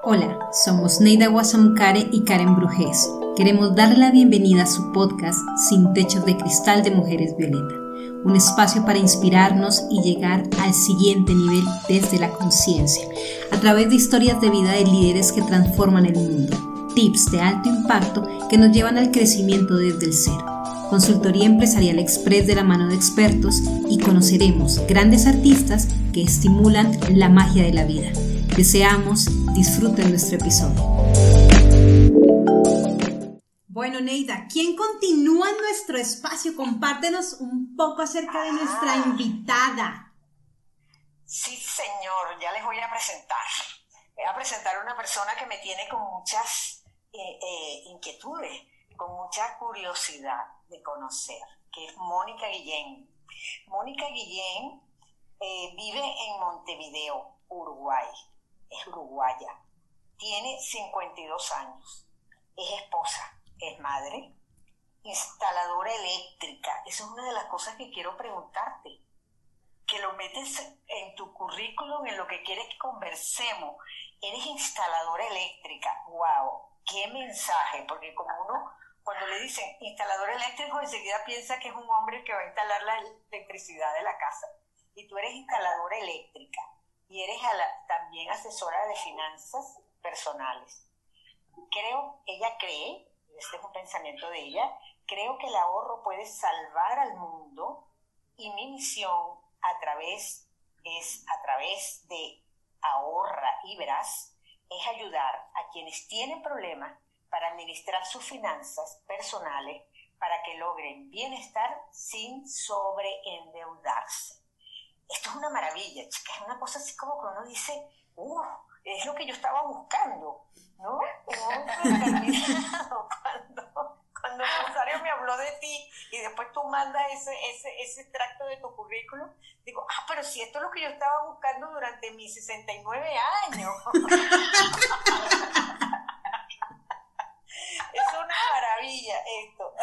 Hola, somos Neida Guasamcare y Karen Brujés. Queremos darle la bienvenida a su podcast Sin Techos de Cristal de Mujeres Violeta, un espacio para inspirarnos y llegar al siguiente nivel desde la conciencia, a través de historias de vida de líderes que transforman el mundo, tips de alto impacto que nos llevan al crecimiento desde el ser, consultoría empresarial express de la mano de expertos y conoceremos grandes artistas que estimulan la magia de la vida. Deseamos disfruten nuestro episodio. Bueno, Neida, ¿quién continúa en nuestro espacio? Compártenos un poco acerca de nuestra invitada. Sí, señor, ya les voy a presentar. Voy a presentar a una persona que me tiene con muchas inquietudes, con mucha curiosidad de conocer, que es Mónica Guillén. Mónica Guillén vive en Montevideo, Uruguay. Es uruguaya, tiene 52 años, es esposa, es madre, instaladora eléctrica. Esa es una de las cosas que quiero preguntarte, que lo metes en tu currículum, en lo que quieres que conversemos. Eres instaladora eléctrica. ¡Wow! ¡Qué mensaje! Porque como uno, cuando le dicen instalador eléctrico, enseguida piensa que es un hombre que va a instalar la electricidad de la casa. Y tú eres instaladora eléctrica. Y eres también asesora de finanzas personales. Ella cree, este es un pensamiento de ella, creo que el ahorro puede salvar al mundo y mi misión a través de Ahorra y Verás es ayudar a quienes tienen problemas para administrar sus finanzas personales para que logren bienestar sin sobreendeudarse. Esto es una maravilla, chicas, es una cosa así como que uno dice, es lo que yo estaba buscando, ¿no? Cuando Rosario me habló de ti y después tú mandas ese extracto de tu currículum, digo, pero si esto es lo que yo estaba buscando durante mis 69 años. Es una maravilla esto.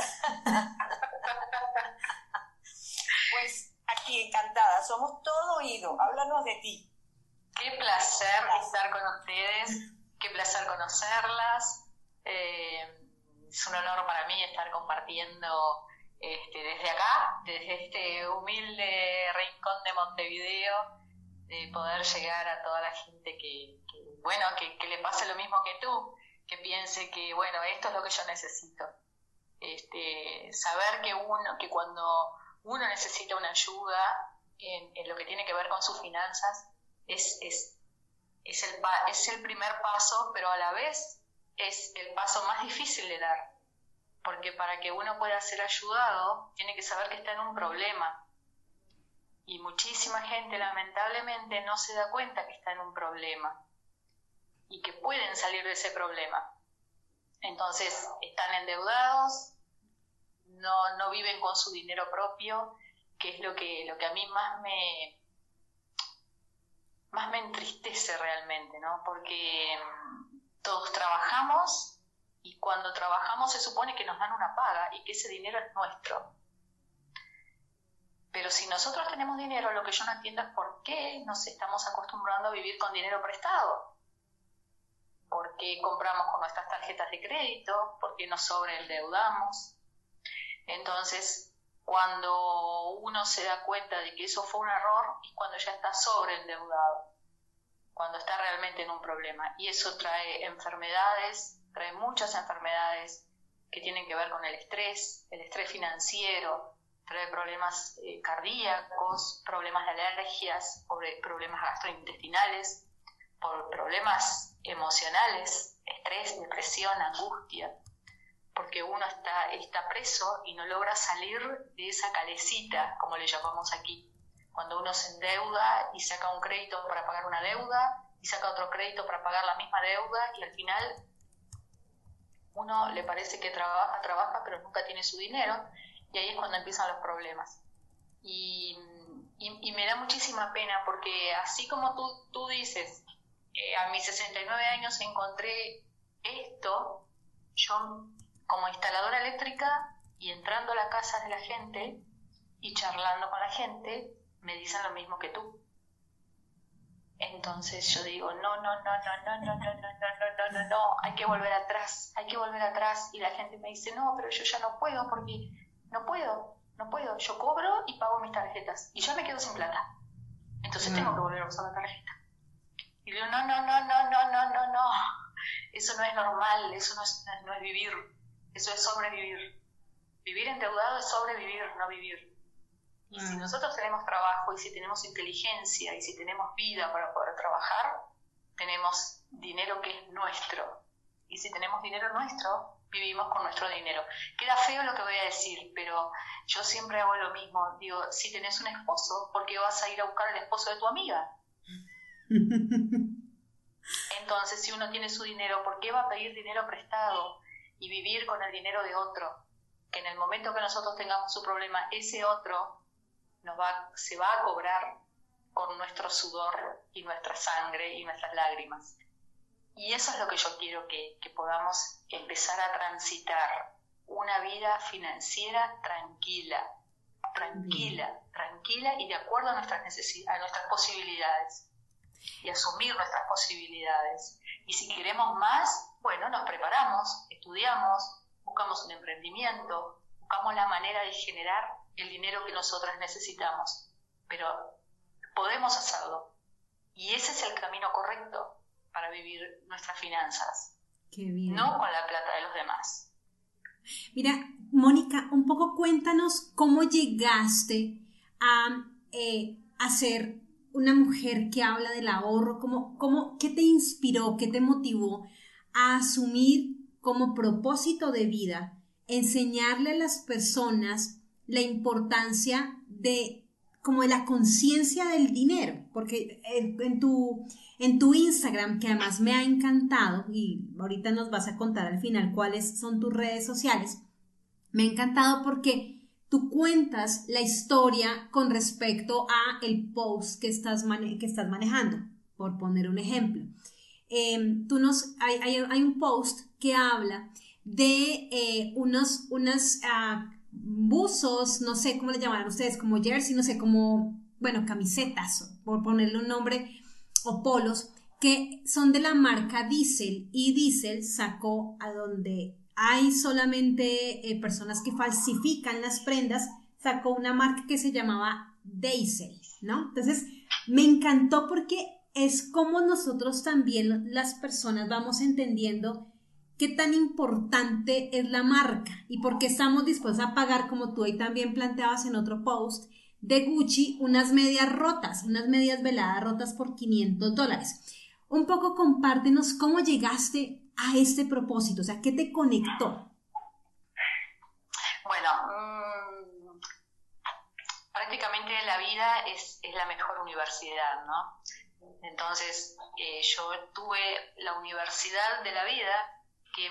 Pues aquí, encantada, somos todo oído, háblanos de ti. Qué placer estar con ustedes, qué placer conocerlas. Es un honor para mí estar compartiendo desde acá, desde este humilde rincón de Montevideo, de poder llegar a toda la gente que le pase lo mismo que tú, que piense que esto es lo que yo necesito. Saber que cuando uno necesita una ayuda en lo que tiene que ver con sus finanzas, es el primer paso, pero a la vez es el paso más difícil de dar, porque para que uno pueda ser ayudado tiene que saber que está en un problema, y muchísima gente lamentablemente no se da cuenta que está en un problema y que pueden salir de ese problema. Entonces están endeudados, no viven con su dinero propio, que es lo que a mí más me entristece realmente, ¿no? Porque todos trabajamos y cuando trabajamos se supone que nos dan una paga y que ese dinero es nuestro. Pero si nosotros tenemos dinero, lo que yo no entiendo es por qué nos estamos acostumbrando a vivir con dinero prestado. ¿Por qué compramos con nuestras tarjetas de crédito? ¿Por qué nos sobreendeudamos? Entonces, cuando uno se da cuenta de que eso fue un error, es cuando ya está sobreendeudado, cuando está realmente en un problema. Y eso trae muchas enfermedades que tienen que ver con el estrés financiero, trae problemas cardíacos, problemas de alergias, problemas gastrointestinales, problemas emocionales, estrés, depresión, angustia, porque uno está preso y no logra salir de esa calecita, como le llamamos aquí, cuando uno se endeuda y saca un crédito para pagar una deuda y saca otro crédito para pagar la misma deuda, y al final uno le parece que trabaja, pero nunca tiene su dinero, y ahí es cuando empiezan los problemas. Y me da muchísima pena, porque así como tú dices, a mis 69 años encontré esto, yo como instaladora eléctrica y entrando a la casa de la gente y charlando con la gente, me dicen lo mismo que tú. Entonces yo digo, no, hay que volver atrás. Y la gente me dice, no, pero yo ya no puedo porque no puedo. Yo cobro y pago mis tarjetas y ya me quedo sin plata. Entonces tengo que volver a usar la tarjeta. Y digo, no. Eso no es normal, eso no es vivir. Eso es sobrevivir. Vivir endeudado es sobrevivir, no vivir. Y si nosotros tenemos trabajo, y si tenemos inteligencia, y si tenemos vida para poder trabajar, tenemos dinero que es nuestro. Y si tenemos dinero nuestro, vivimos con nuestro dinero. Queda feo lo que voy a decir, pero yo siempre hago lo mismo. Digo, si tenés un esposo, ¿por qué vas a ir a buscar al esposo de tu amiga? Entonces, si uno tiene su dinero, ¿por qué va a pedir dinero prestado y vivir con el dinero de otro? Que en el momento que nosotros tengamos su problema, ese otro se va a cobrar con nuestro sudor y nuestra sangre y nuestras lágrimas. Y eso es lo que yo quiero que podamos empezar a transitar, una vida financiera tranquila y de acuerdo a nuestras necesidades, a nuestras posibilidades, y asumir nuestras posibilidades. Y si queremos más, bueno, nos preparamos, estudiamos, buscamos un emprendimiento, buscamos la manera de generar el dinero que nosotras necesitamos, pero podemos hacerlo, y ese es el camino correcto para vivir nuestras finanzas. Qué bien. No con la plata de los demás. Mira, Mónica, un poco cuéntanos cómo llegaste a ser una mujer que habla del ahorro, ¿qué te inspiró, qué te motivó a asumir como propósito de vida enseñarle a las personas la importancia de la conciencia del dinero? Porque en tu Instagram, que además me ha encantado, y ahorita nos vas a contar al final cuáles son tus redes sociales, me ha encantado porque tú cuentas la historia con respecto a el post que estás manejando, por poner un ejemplo. Hay un post que habla de unos buzos, no sé cómo le llamarán ustedes, como jersey, no sé, camisetas, por ponerle un nombre, o polos, que son de la marca Diesel, y Diesel sacó, a donde hay solamente personas que falsifican las prendas, sacó una marca que se llamaba Diesel, ¿no? Entonces me encantó porque es como nosotros también, las personas, vamos entendiendo qué tan importante es la marca y por qué estamos dispuestos a pagar, como tú ahí también planteabas en otro post, de Gucci, unas medias veladas rotas por $500. Un poco compártenos cómo llegaste a este propósito, o sea, ¿qué te conectó? Bueno, prácticamente la vida es la mejor universidad, ¿no? Entonces, yo tuve la universidad de la vida que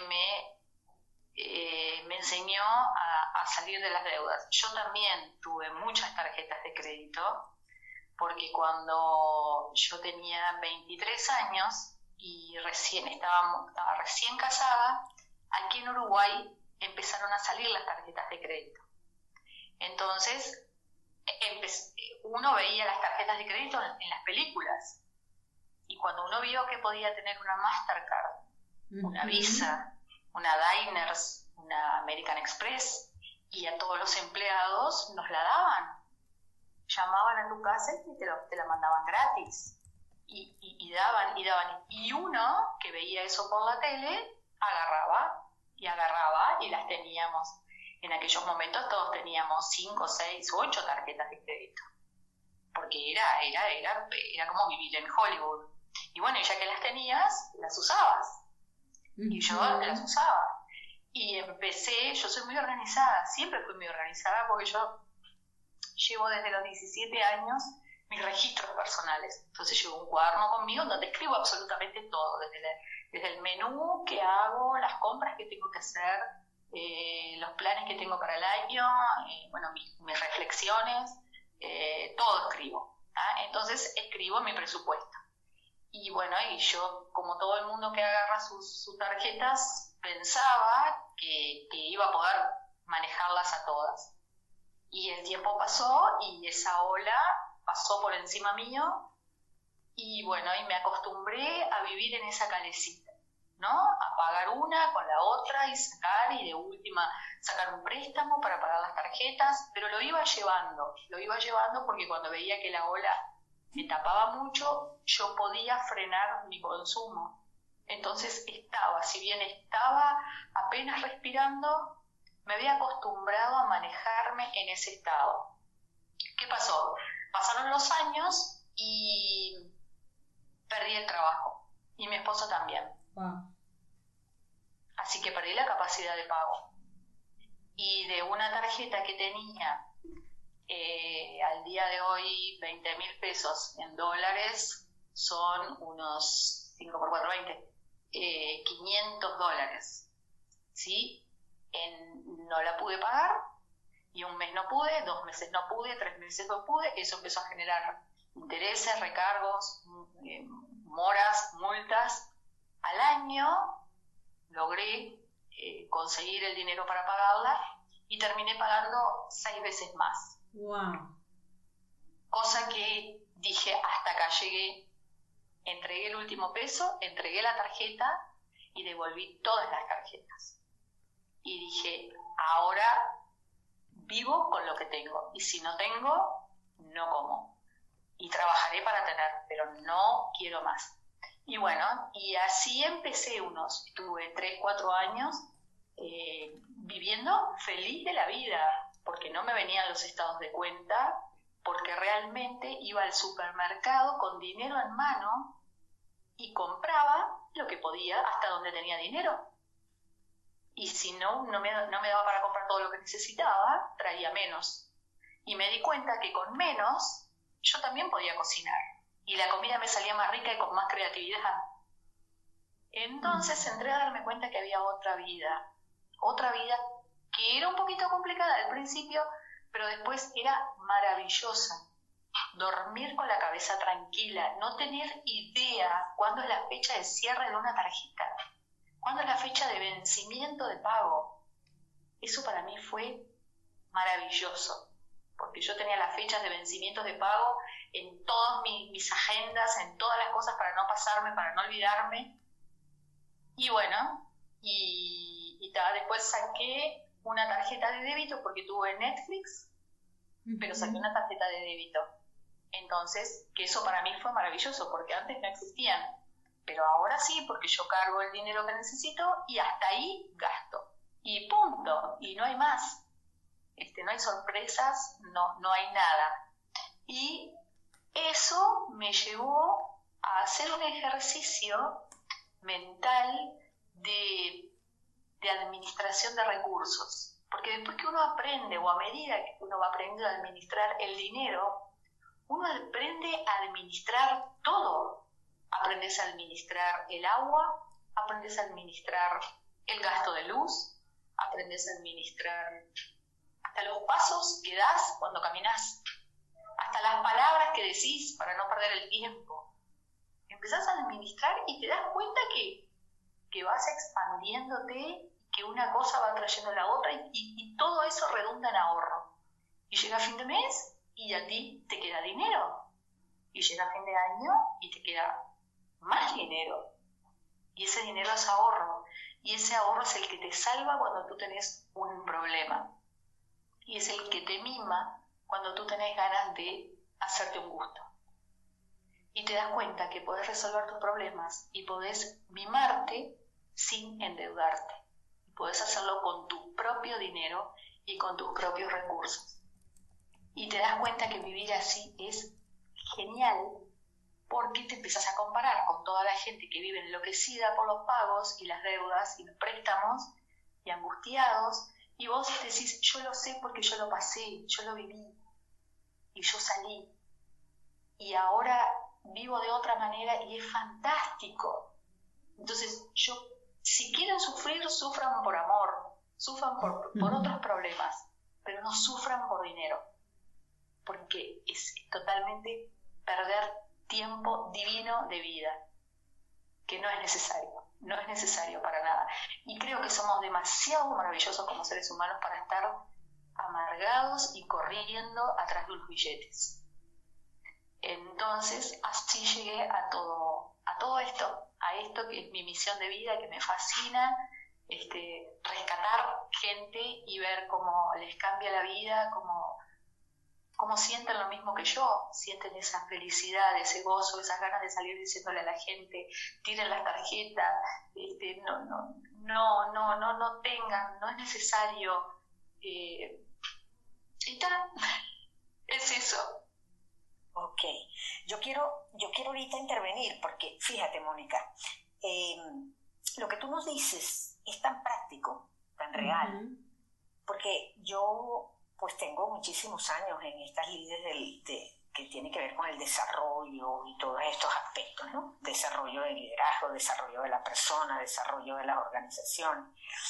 me enseñó a salir de las deudas. Yo también tuve muchas tarjetas de crédito, porque cuando yo tenía 23 años y estaba recién casada, aquí en Uruguay empezaron a salir las tarjetas de crédito. Entonces, uno veía las tarjetas de crédito en las películas, y cuando uno vio que podía tener una Mastercard, una Visa, una Diners, una American Express, y a todos los empleados nos la daban, llamaban a tu casa y te la mandaban gratis, y daban, y uno que veía eso por la tele agarraba, y las teníamos. En aquellos momentos todos teníamos 5, 6 u 8 tarjetas de crédito, porque era como vivir en Hollywood. Y bueno, ya que las tenías, las usabas. Y yo las usaba. Y empecé, yo soy muy organizada, siempre fui muy organizada, porque yo llevo desde los 17 años mis registros personales. Entonces llevo un cuaderno conmigo donde escribo absolutamente todo, desde el menú que hago, las compras que tengo que hacer, los planes que tengo para el año, mis reflexiones, todo escribo. Entonces escribo mi presupuesto. Y bueno, y yo, como todo el mundo que agarra sus tarjetas, pensaba que iba a poder manejarlas a todas. Y el tiempo pasó y esa ola pasó por encima mío, Y bueno, y me acostumbré a vivir en esa calecita, ¿no? A pagar una con la otra y sacar, y de última sacar un préstamo para pagar las tarjetas, pero lo iba llevando porque cuando veía que la ola me tapaba mucho, yo podía frenar mi consumo. Entonces si bien estaba apenas respirando, me había acostumbrado a manejarme en ese estado. ¿Qué pasó? Pasaron los años y perdí el trabajo, y mi esposo también. Wow. Así que perdí la capacidad de pago. Y de una tarjeta que tenía al día de hoy 20.000 pesos en dólares, son unos 5 por 4, 20, $500, ¿sí? No la pude pagar, y un mes no pude, 2 meses no pude, 3 meses no pude. Eso empezó a generar intereses, recargos, moras, multas. Al año logré conseguir el dinero para pagarla y terminé pagando 6 veces más. Wow. Cosa que dije, hasta acá llegué. Entregué el último peso, entregué la tarjeta y devolví todas las tarjetas. Y dije, ahora vivo con lo que tengo, y si no tengo, no como. Y trabajaré para tener, pero no quiero más. Y bueno, y así empecé tuve 3, 4 años viviendo feliz de la vida, porque no me venían los estados de cuenta, porque realmente iba al supermercado con dinero en mano y compraba lo que podía hasta donde tenía dinero. Y si no me daba para comprar todo lo que necesitaba, traía menos. Y me di cuenta que con menos yo también podía cocinar, y la comida me salía más rica y con más creatividad. Entonces entré a darme cuenta que había otra vida que era un poquito complicada al principio, pero después era maravillosa. Dormir con la cabeza tranquila, no tener idea cuándo es la fecha de cierre de una tarjeta, cuándo es la fecha de vencimiento de pago. Eso para mí fue maravilloso, porque yo tenía las fechas de vencimientos de pago en todas mis agendas, en todas las cosas, para no pasarme, para no olvidarme. Y bueno, después saqué una tarjeta de débito porque tuve Netflix, pero saqué una tarjeta de débito. Entonces, que eso para mí fue maravilloso, porque antes no existían. Pero ahora sí, porque yo cargo el dinero que necesito y hasta ahí gasto. Y punto. Y no hay más. No hay sorpresas, no hay nada. Y eso me llevó a hacer un ejercicio mental de administración de recursos. Porque después que uno aprende, o a medida que uno va aprendiendo a administrar el dinero, uno aprende a administrar todo. Aprendes a administrar el agua, aprendes a administrar el gasto de luz, aprendes a administrar hasta los pasos que das cuando caminas, hasta las palabras que decís para no perder el tiempo. Empezás a administrar y te das cuenta que vas expandiéndote, que una cosa va trayendo la otra, y todo eso redunda en ahorro. Y llega fin de mes y a ti te queda dinero. Y llega fin de año y te queda más dinero. Y ese dinero es ahorro. Y ese ahorro es el que te salva cuando tú tenés un problema. Y es el que te mima cuando tú tenés ganas de hacerte un gusto. Y te das cuenta que podés resolver tus problemas y podés mimarte sin endeudarte. Y podés hacerlo con tu propio dinero y con tus propios recursos. Y te das cuenta que vivir así es genial, porque te empezás a comparar con toda la gente que vive enloquecida por los pagos y las deudas y los préstamos y angustiados, y vos decís, yo lo sé porque yo lo pasé, yo lo viví y yo salí y ahora vivo de otra manera y es fantástico. Entonces si quieren sufrir, sufran por amor, sufran por otros problemas, pero no sufran por dinero, porque es totalmente perder tiempo divino de vida, que no es necesario para nada. Y creo que somos demasiado maravillosos como seres humanos para estar amargados y corriendo atrás de los billetes. Entonces, así llegué a todo esto, a esto que es mi misión de vida, que me fascina, rescatar gente y ver cómo les cambia la vida, cómo sienten lo mismo que yo, sienten esa felicidad, ese gozo, esas ganas de salir diciéndole a la gente, tiren las tarjetas, no tengan, no es necesario, y tal, es eso. Ok, yo quiero ahorita intervenir porque, fíjate, Mónica, lo que tú nos dices es tan práctico, tan real, porque yo pues tengo muchísimos años en estas lides que tiene que ver con el desarrollo y todos estos aspectos, ¿no? Desarrollo del liderazgo, desarrollo de la persona, desarrollo de las organizaciones.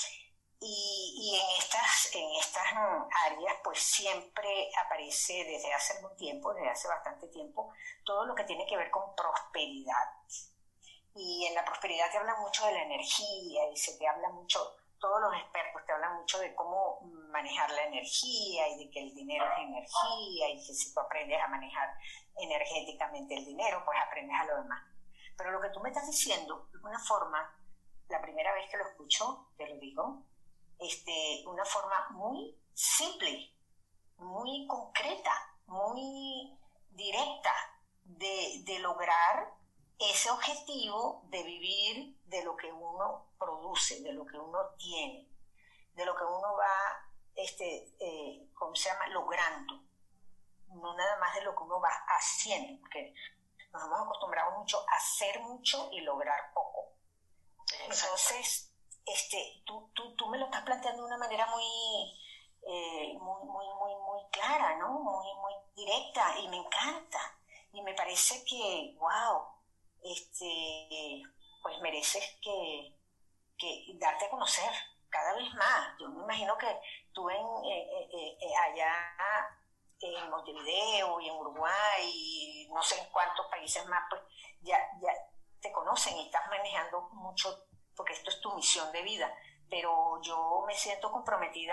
Y en estas áreas pues siempre aparece desde hace algún tiempo, desde hace bastante tiempo, todo lo que tiene que ver con prosperidad. Y en la prosperidad te hablan mucho de la energía y se te habla mucho, todos los expertos te hablan mucho de cómo manejar la energía y de que el dinero es energía y que si tú aprendes a manejar energéticamente el dinero, pues aprendes a lo demás. Pero lo que tú me estás diciendo, de una forma, la primera vez que lo escucho, te lo digo, una forma muy simple, muy concreta, muy directa de lograr ese objetivo de vivir de lo que uno produce, de lo que uno tiene, de lo que uno va, ¿cómo se llama?, logrando, no nada más de lo que uno va haciendo, porque nos hemos acostumbrado mucho a hacer mucho y lograr poco. Entonces, tú me lo estás planteando de una manera muy clara, ¿no? Muy directa, y me encanta. Y me parece que, wow, pues mereces que darte a conocer cada vez más. Yo me imagino que tú allá en Montevideo y en Uruguay y no sé en cuántos países más, pues ya te conocen y estás manejando mucho, porque esto es tu misión de vida, pero yo me siento comprometida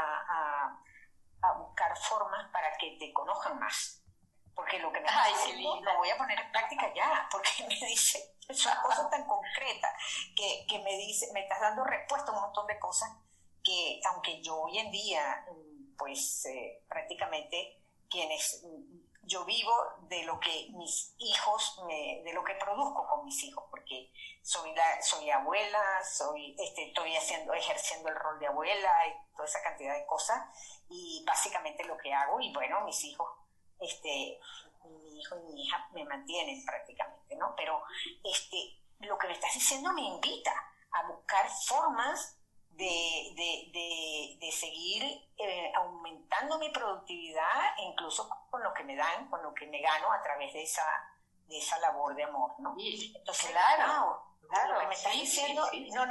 a buscar formas para que te conozcan más, porque lo que me estás diciendo lo voy a poner en práctica ya, porque me dice, es una cosa tan concreta que me estás dando respuesta a un montón de cosas que, aunque yo hoy en día, pues prácticamente yo vivo de lo que mis hijos, de lo que produzco con mis hijos, porque soy abuela, estoy ejerciendo el rol de abuela y toda esa cantidad de cosas, y básicamente lo que hago, y bueno, mis hijos, mi hijo y mi hija me mantienen prácticamente, ¿no? Pero lo que me estás diciendo me invita a buscar formas de seguir aumentando mi productividad, incluso con lo que me dan, con lo que me gano a través de esa labor de amor, ¿no? Entonces, claro, lo que me estás diciendo, sí. No,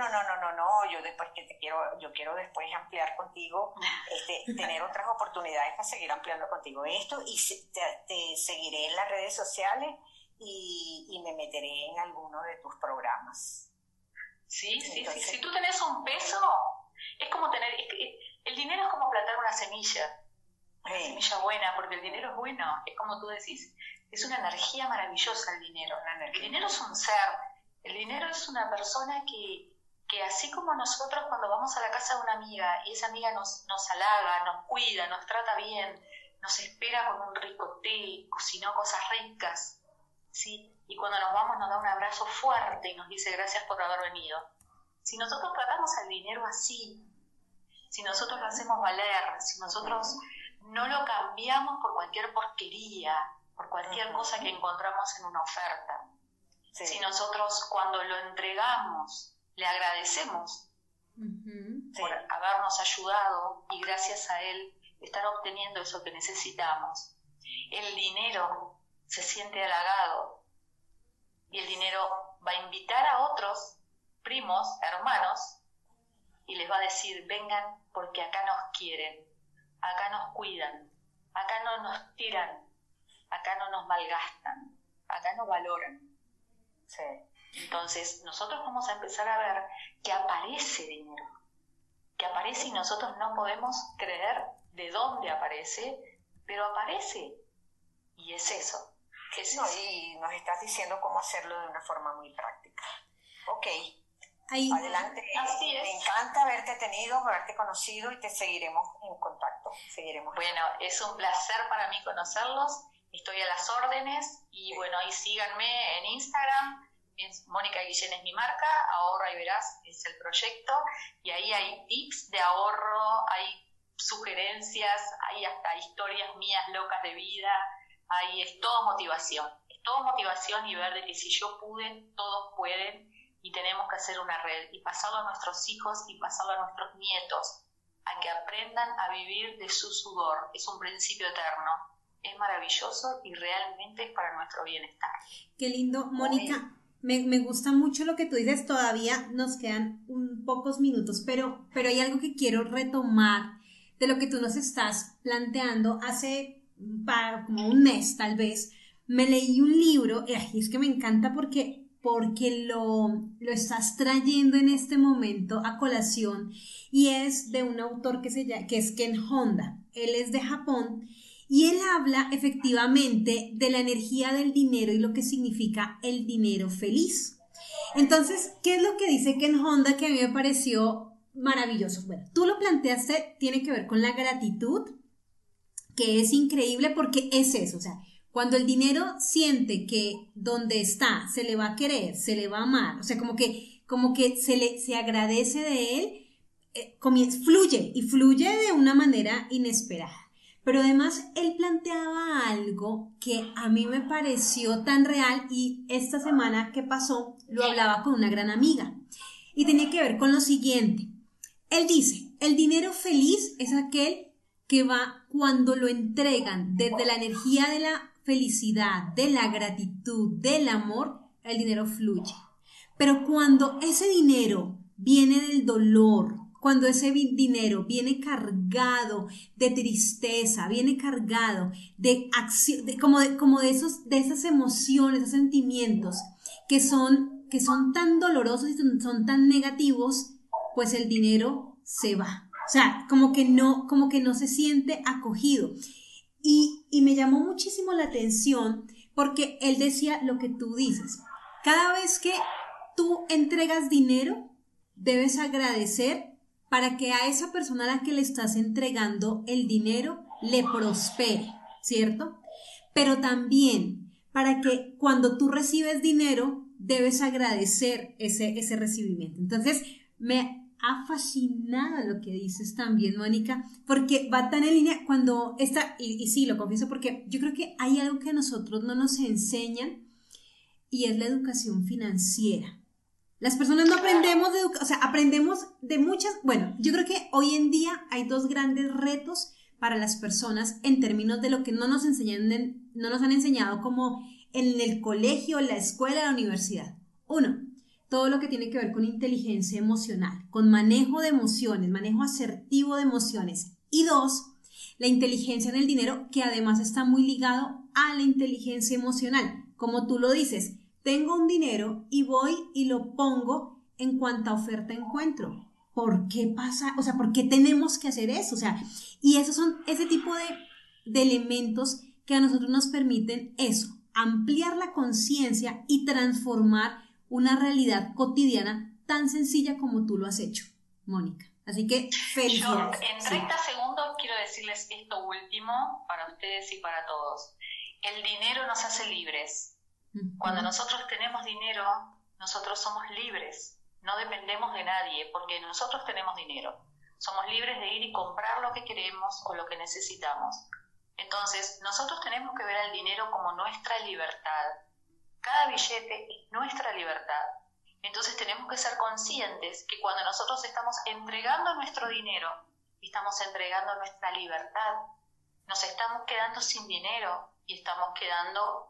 yo quiero después ampliar contigo, tener otras oportunidades para seguir ampliando contigo esto, y te seguiré en las redes sociales y me meteré en alguno de tus programas. Sí. Si tú tenés un peso, es como el dinero es como plantar una semilla buena, porque el dinero es bueno, es como tú decís, es una energía maravillosa el dinero. El dinero es un ser, el dinero es una persona que así como nosotros cuando vamos a la casa de una amiga y esa amiga nos halaga, nos cuida, nos trata bien, nos espera con un rico té, cocinó cosas ricas, ¿sí? Y cuando nos vamos nos da un abrazo fuerte y nos dice gracias por haber venido. Si nosotros tratamos al dinero así, si nosotros lo hacemos valer, si nosotros no lo cambiamos por cualquier porquería, por cualquier cosa que encontramos en una oferta, si nosotros cuando lo entregamos le agradecemos por habernos ayudado y gracias a él estar obteniendo eso que necesitamos, el dinero se siente halagado y el dinero va a invitar a otros primos, hermanos, y les va a decir, vengan porque acá nos quieren, acá nos cuidan, acá no nos tiran, acá no nos malgastan, acá nos valoran. Sí. Entonces nosotros vamos a empezar a ver que aparece dinero, que aparece y nosotros no podemos creer de dónde aparece, pero aparece. Y es eso, No, y nos estás diciendo cómo hacerlo de una forma muy práctica. Ok. Ahí. Adelante. Así es. Me encanta haberte tenido, haberte conocido y te seguiremos en contacto. Bueno, es un placer para mí conocerlos. Estoy a las órdenes y bueno, ahí síganme en Instagram. Mónica Guillén es mi marca, Ahorra y Verás es el proyecto, y ahí hay tips de ahorro, hay sugerencias, hay hasta historias mías locas de vida, ahí es todo motivación y ver de que si yo pude, todos pueden, y tenemos que hacer una red y pasarlo a nuestros hijos y pasarlo a nuestros nietos, a que aprendan a vivir de su sudor. Es un principio eterno, es maravilloso y realmente es para nuestro bienestar. Qué lindo, Mónica. Me gusta mucho lo que tú dices. Todavía nos quedan pocos minutos, pero hay algo que quiero retomar de lo que tú nos estás planteando. Hace como un mes tal vez me leí un libro, y es que me encanta porque lo estás trayendo en este momento a colación, y es de un autor que es Ken Honda. Él es de Japón y él habla efectivamente de la energía del dinero y lo que significa el dinero feliz. Entonces, ¿qué es lo que dice Ken Honda que a mí me pareció maravilloso? Bueno, tú lo planteaste, tiene que ver con la gratitud, que es increíble porque es eso, o sea, cuando el dinero siente que donde está se le va a querer, se le va a amar, o sea, como que se agradece de él, fluye de una manera inesperada. Pero además él planteaba algo que a mí me pareció tan real, y esta semana que pasó lo hablaba con una gran amiga y tenía que ver con lo siguiente. Él dice, el dinero feliz es aquel que va cuando lo entregan desde la energía de la felicidad, de la gratitud, del amor, el dinero fluye. Pero cuando ese dinero viene del dolor, cuando ese dinero viene cargado de tristeza, viene cargado de acción, de esas emociones, esos sentimientos que son tan dolorosos y son tan negativos, pues el dinero se va. O sea, como que no se siente acogido. Y me llamó muchísimo la atención porque él decía lo que tú dices. Cada vez que tú entregas dinero, debes agradecer para que a esa persona a la que le estás entregando el dinero le prospere, ¿cierto? Pero también para que cuando tú recibes dinero, debes agradecer ese recibimiento. Entonces, me ha fascinado lo que dices también, Mónica, porque va tan en línea cuando está, y sí, lo confieso, porque yo creo que hay algo que a nosotros no nos enseñan, y es la educación financiera. Las personas no aprendemos aprendemos de muchas. Bueno, yo creo que hoy en día hay dos grandes retos para las personas en términos de lo que no nos han enseñado como en el colegio, la escuela, la universidad. Uno, todo lo que tiene que ver con inteligencia emocional, con manejo de emociones, manejo asertivo de emociones. Y dos, la inteligencia en el dinero, que además está muy ligado a la inteligencia emocional. Como tú lo dices, tengo un dinero y voy y lo pongo en cuanta oferta encuentro. ¿Por qué pasa? O sea, ¿por qué tenemos que hacer eso? O sea, y esos son ese tipo de elementos que a nosotros nos permiten eso, ampliar la conciencia y transformar una realidad cotidiana tan sencilla como tú lo has hecho, Mónica. Así que felicidades. Yo en 30 segundos quiero decirles esto último para ustedes y para todos. El dinero nos hace libres. Cuando nosotros tenemos dinero, nosotros somos libres, no dependemos de nadie porque nosotros tenemos dinero. Somos libres de ir y comprar lo que queremos o lo que necesitamos. Entonces, nosotros tenemos que ver al dinero como nuestra libertad. Cada billete es nuestra libertad. Entonces tenemos que ser conscientes que cuando nosotros estamos entregando nuestro dinero, estamos entregando nuestra libertad. Nos estamos quedando sin dinero y estamos quedando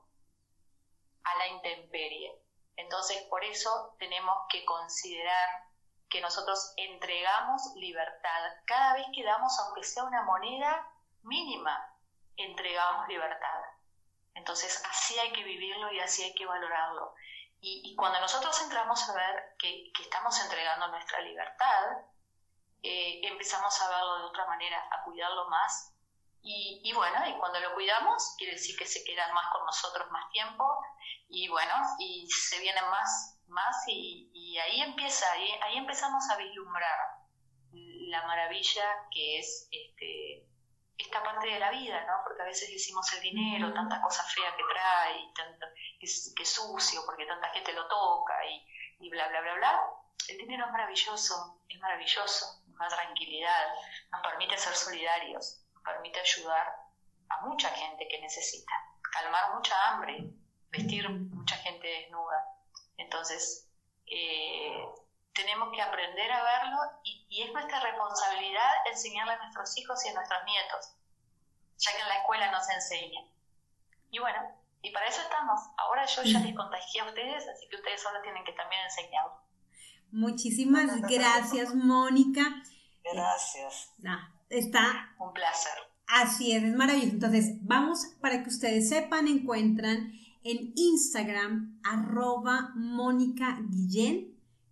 a la intemperie. Entonces, por eso tenemos que considerar que nosotros entregamos libertad. Cada vez que damos, aunque sea una moneda mínima, entregamos libertad. Entonces, así hay que vivirlo y así hay que valorarlo. Y cuando nosotros entramos a ver que estamos entregando nuestra libertad, empezamos a verlo de otra manera, a cuidarlo más Y bueno, y cuando lo cuidamos, quiere decir que se quedan más con nosotros más tiempo, y bueno, y se vienen más y ahí empezamos a vislumbrar la maravilla que es esta parte de la vida, ¿no? Porque a veces decimos el dinero, tanta cosa fea que trae, tanto que es sucio, porque tanta gente lo toca y bla, bla, bla, bla. El dinero es maravilloso, nos da tranquilidad, nos permite ser solidarios, nos permite ayudar a mucha gente que necesita, calmar mucha hambre, vestir mucha gente desnuda. Entonces, tenemos que aprender a verlo y es nuestra responsabilidad enseñarle a nuestros hijos y a nuestros nietos, ya que en la escuela no se enseña. Y bueno, y para eso estamos. Ahora yo ya les contagié a ustedes, así que ustedes solo tienen que también enseñarlo. Muchísimas gracias, Mónica. Gracias. Está un placer. Así es maravilloso. Entonces, vamos, para que ustedes sepan, encuentran en Instagram ¡Mónica Guillén!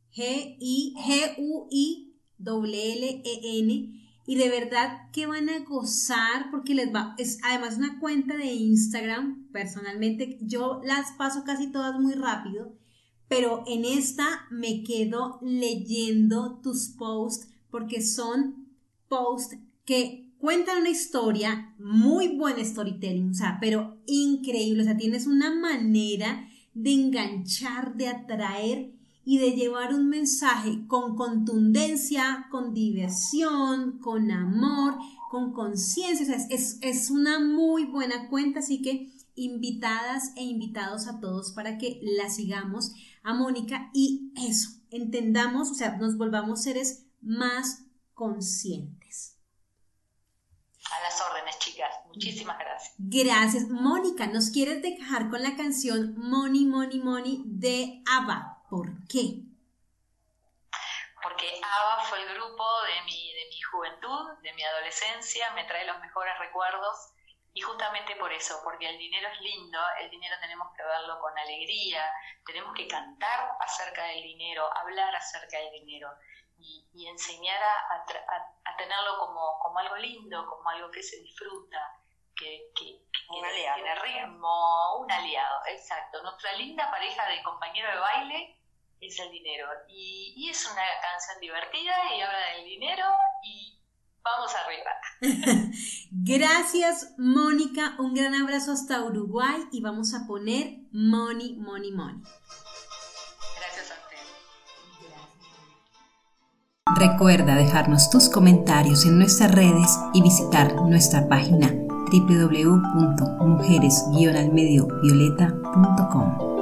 GUILLEN, y de verdad que van a gozar porque es además una cuenta de Instagram. Personalmente yo las paso casi todas muy rápido, pero en esta me quedo leyendo tus posts porque son posts que cuentan una historia, muy buen storytelling, pero increíble, tienes una manera de enganchar, de atraer y de llevar un mensaje con contundencia, con diversión, con amor, con conciencia. Es una muy buena cuenta, así que invitadas e invitados a todos para que la sigamos a Mónica y eso, entendamos, nos volvamos seres más conscientes. A las órdenes, chicas. Muchísimas gracias. Gracias. Mónica, ¿nos quieres dejar con la canción Money, Money, Money de ABBA? ¿Por qué? Porque ABBA fue el grupo de mi juventud, de mi adolescencia, me trae los mejores recuerdos y justamente por eso, porque el dinero es lindo, el dinero tenemos que verlo con alegría, tenemos que cantar acerca del dinero, hablar acerca del dinero y enseñar a tenerlo como algo lindo, como algo que se disfruta, que tiene ritmo, un aliado, exacto. Nuestra linda pareja de compañero de baile es el dinero y es una canción divertida y habla del dinero y vamos arriba. Gracias, Mónica, un gran abrazo hasta Uruguay y vamos a poner Money, Money, Money. Gracias a ustedes. Recuerda dejarnos tus comentarios en nuestras redes y visitar nuestra página www.mujeres-almediovioleta.com.